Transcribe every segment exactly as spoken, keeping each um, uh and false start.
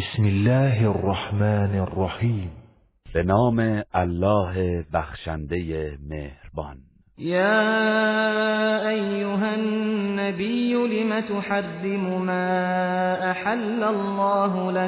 بسم الله الرحمن الرحیم. به نام الله بخشنده مهربان. یا ایها النبی لم تحرم ما احل الله لك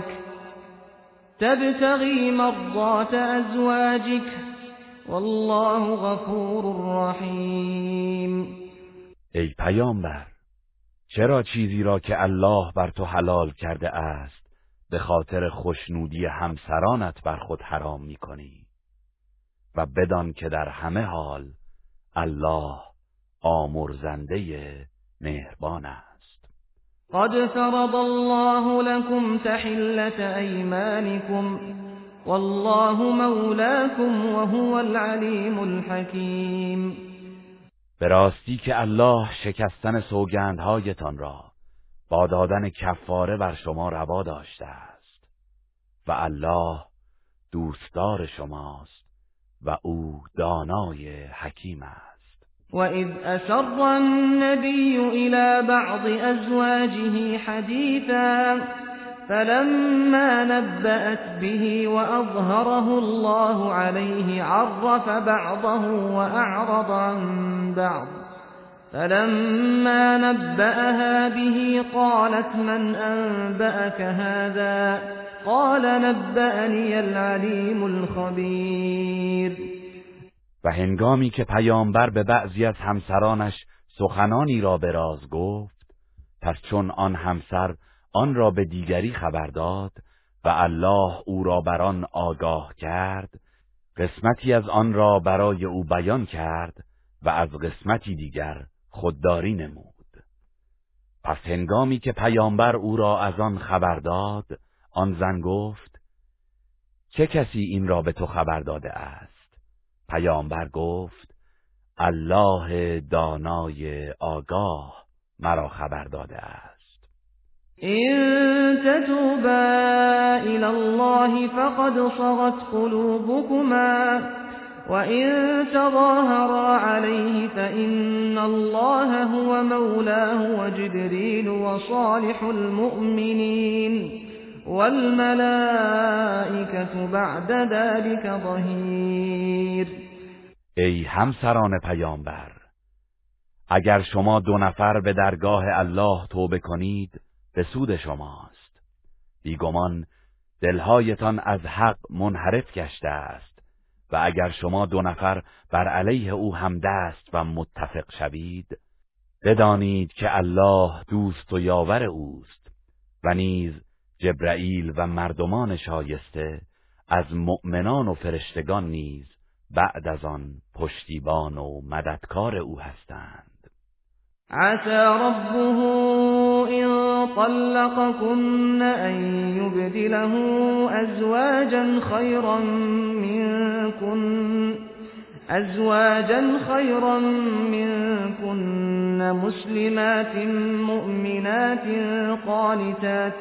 تبتغی مرضات ازواجك والله غفور رحیم. ای پیامبر، چرا چیزی را که الله بر تو حلال کرده است به خاطر خوشنودی همسرانت بر خود حرام می کنی و بدان که در همه حال الله آمرزنده مهربان است. قد فرض الله لكم تحلة ایمانكم والله مولاكم وهو العلیم الحکیم. به راستی که الله شکستن سوگندهایتان را با دادن کفاره بر شما روا داشته است و الله دوستدار شماست و او دانای حکیم است. و اذ اسر النبی الى بعض ازواجه حدیثا فلما نبأت به وأظهره الله عليه عرف بعضه وأعرض عن بعض فلما نبأها به قالت من أنبأك هذا قال نبأني العليم الخبير. و هنگامی که پیامبر به بعضی از همسرانش سخنانی را به راز گفت، پس چون آن همسر آن را به دیگری خبر داد و الله او را بر آن آگاه کرد، قسمتی از آن را برای او بیان کرد و از قسمتی دیگر خودداری نمود. پس هنگامی که پیامبر او را از آن خبر داد، آن زن گفت چه کسی این را به تو خبر داده است؟ پیامبر گفت الله دانای آگاه مرا خبر داده است. إن تتوبا إلى الله فقد صغت قلوبكما وإن تظاهرا عليه فإن الله هو مولاه وجبريل وصالح المؤمنين والملائكة بعد ذلك ظهير. ای همسران پیامبر، اگر شما دو نفر به درگاه الله توبه کنید به سود شماست. بیگمان دلهایتان از حق منحرف گشته است و اگر شما دو نفر بر علیه او همدست و متفق شوید، بدانید که الله دوست و یاور اوست و نیز جبرائیل و مردمان شایسته از مؤمنان و فرشتگان نیز بعد از آن پشتیبان و مددکار او هستند. عسى ربه إن طلقكن أن يبدله أزواجا خيرا منكن أزواجا خيرا منكن مسلمات مؤمنات قانتات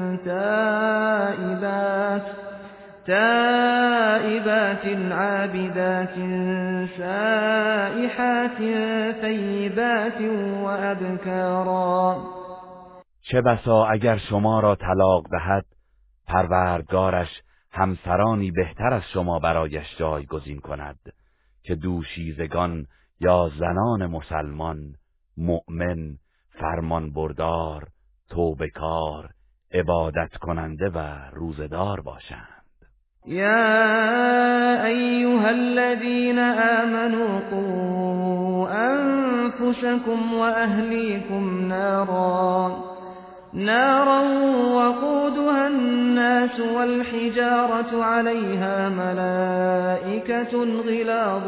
تائبات تائبات عابدات سائحات ثیبات و ابکارا. چه بسا اگر شما را طلاق دهد پروردگارش همسرانی بهتر از شما برایش جایگزین کند که دوشیزگان یا زنان مسلمان مؤمن فرمان بردار توبه‌کار عبادت کننده و روزدار باشند. يا أيها الذين آمنوا قوا أنفسكم وأهليكم نارا نارا وقودها الناس والحجارة عليها ملائكة غلاظ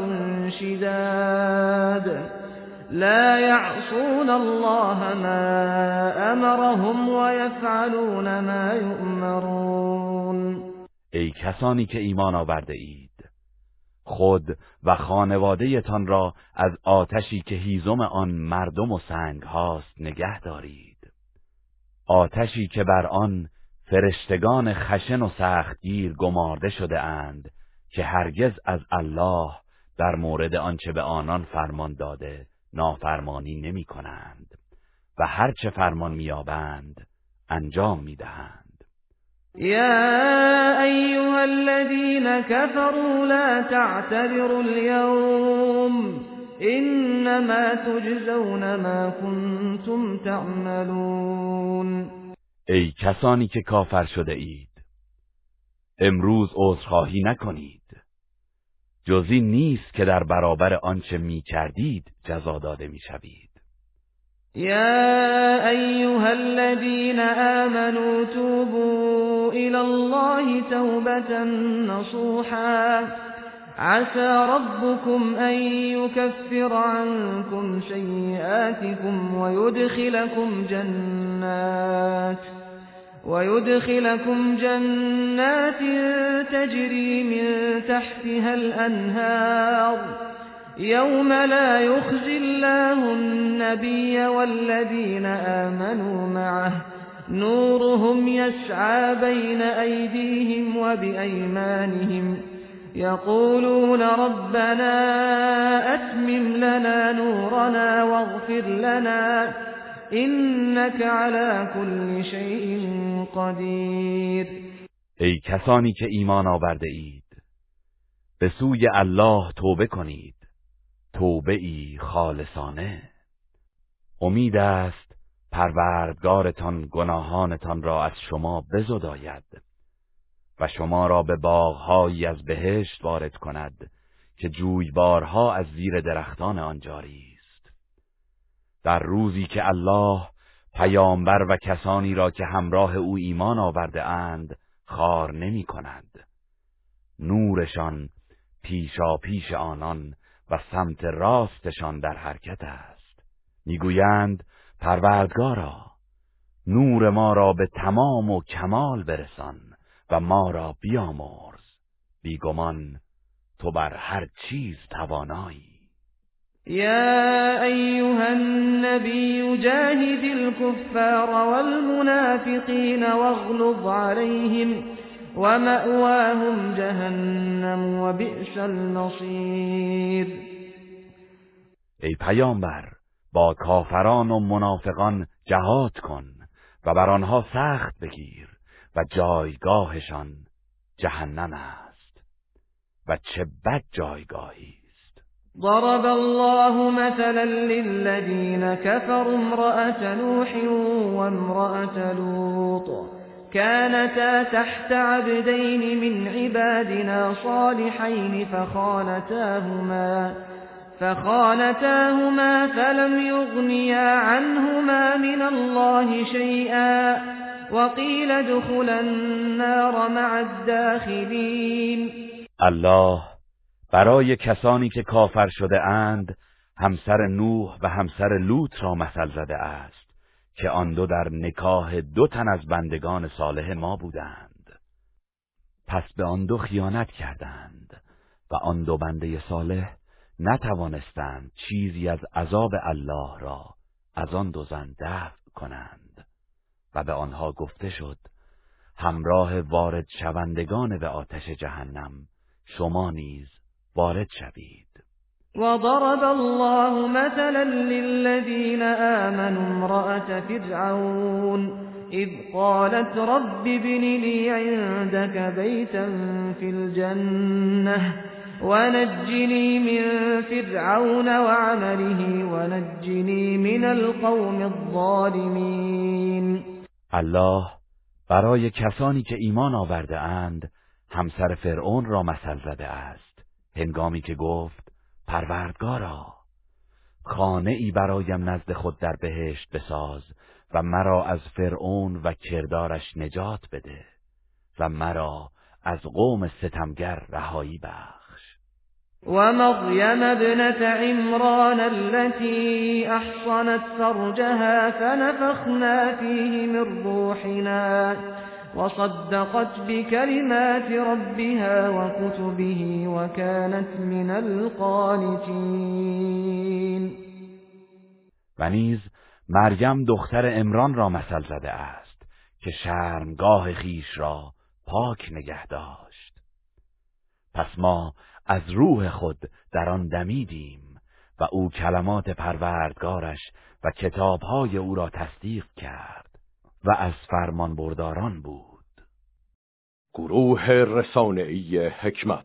شداد لا يعصون الله ما أمرهم ويفعلون ما يؤمرون. ای کسانی که ایمان آورده اید، خود و خانواده تان را از آتشی که هیزم آن مردم و سنگ هاست نگه دارید، آتشی که بر آن فرشتگان خشن و سختگیر گمارده شده اند که هرگز از الله در مورد آنچه به آنان فرمان داده نافرمانی نمی کنند و هرچه فرمان میابند انجام میدهند. يا أيها الذين كفروا لا تعتذروا اليوم انما تجزون ما کنتم تعملون. ای کسانی که کافر شده اید، امروز عذرخواهی نکنید، جزی نیست که در برابر آنچه می کردید جزا داده می شوید. یا ایها الذین آمنوا توبوا الی الله توبة نصوحا عسى ربكم ان يكفر عنكم سيئاتكم ويدخلكم جنات ويدخلكم جنات تجري من تحتها الأنهار يوم لا يخزي الله النبي والذين آمنوا معه نورهم يسعى بين أيديهم وبأيمانهم يقولون ربنا أتمم لنا نورنا واغفر لنا إنك على كل شيء قدیر. ای کسانی که ایمان آورده اید، به سوی الله توبه کنید، توبه ای خالصانه. امید است پروردگارتان گناهانتان را از شما بزداید و شما را به باغ‌هایی از بهشت وارد کند که جویبارها از زیر درختان آن جاری است. در روزی که الله پیامبر و کسانی را که همراه او ایمان آورده اند خوار نمی کند، نورشان پیشا پیش آنان و سمت راستشان در حرکت است. میگویند پروردگارا، نور ما را به تمام و کمال برسان و ما را بیامرز، بیگمان تو بر هر چیز توانایی. يا أيها النبي جاهد الكفار والمنافقين واغلظ عليهم ومأواهم جهنم وبئس المصير. ای پیامبر، با کافران و منافقان جهاد کن و بر آنها سخت بگیر و جایگاهشان جهنم است و چه بد جایگاهی. ضرب الله مثلا للذين كفروا امرأة نوح وامرأة لوط كانتا تحت عبدين من عبادنا صالحين فخانتاهما فخانتاهما فلم يغنيا عنهما من الله شيئا وقيل ادخلا النار مع الداخلين. الله برای کسانی که کافر شده اند همسر نوح و همسر لوط را مثل زده است که آن دو در نکاح دو تن از بندگان صالح ما بودند. پس به آن دو خیانت کردند و آن دو بنده صالح نتوانستند چیزی از عذاب الله را از آن دو زن دفع کنند و به آنها گفته شد همراه وارد شوندگان به آتش جهنم شما نیز وارد شوید. وضرب الله مثلا للذين آمنوا امرأة فرعون إذ قالت رب ابن لي عندك بيتا في الجنة ونجني من فرعون وعمله ونجني من القوم الظالمين. الله برای کسانی که ایمان آورده اند همسر فرعون را مثل زده است هنگامی که گفت پروردگارا، خانه ای برایم نزد خود در بهشت بساز و مرا از فرعون و کردارش نجات بده و مرا از قوم ستمگر رهایی بخش. و مریم ابنة عمران التي احصنت فرجها فنفخنا فيه من روحنا وصدقت بكلمات ربها وكتبه وكانت من القانتين. و نیز مریم دختر عمران را مثل زده است که شرمگاه خیش را پاک نگه داشت. پس ما از روح خود در آن دمیدیم و او کلمات پروردگارش و کتابهای او را تصدیق کرد و از فرمان برداران بود. گروه رسانه‌ای حکمت.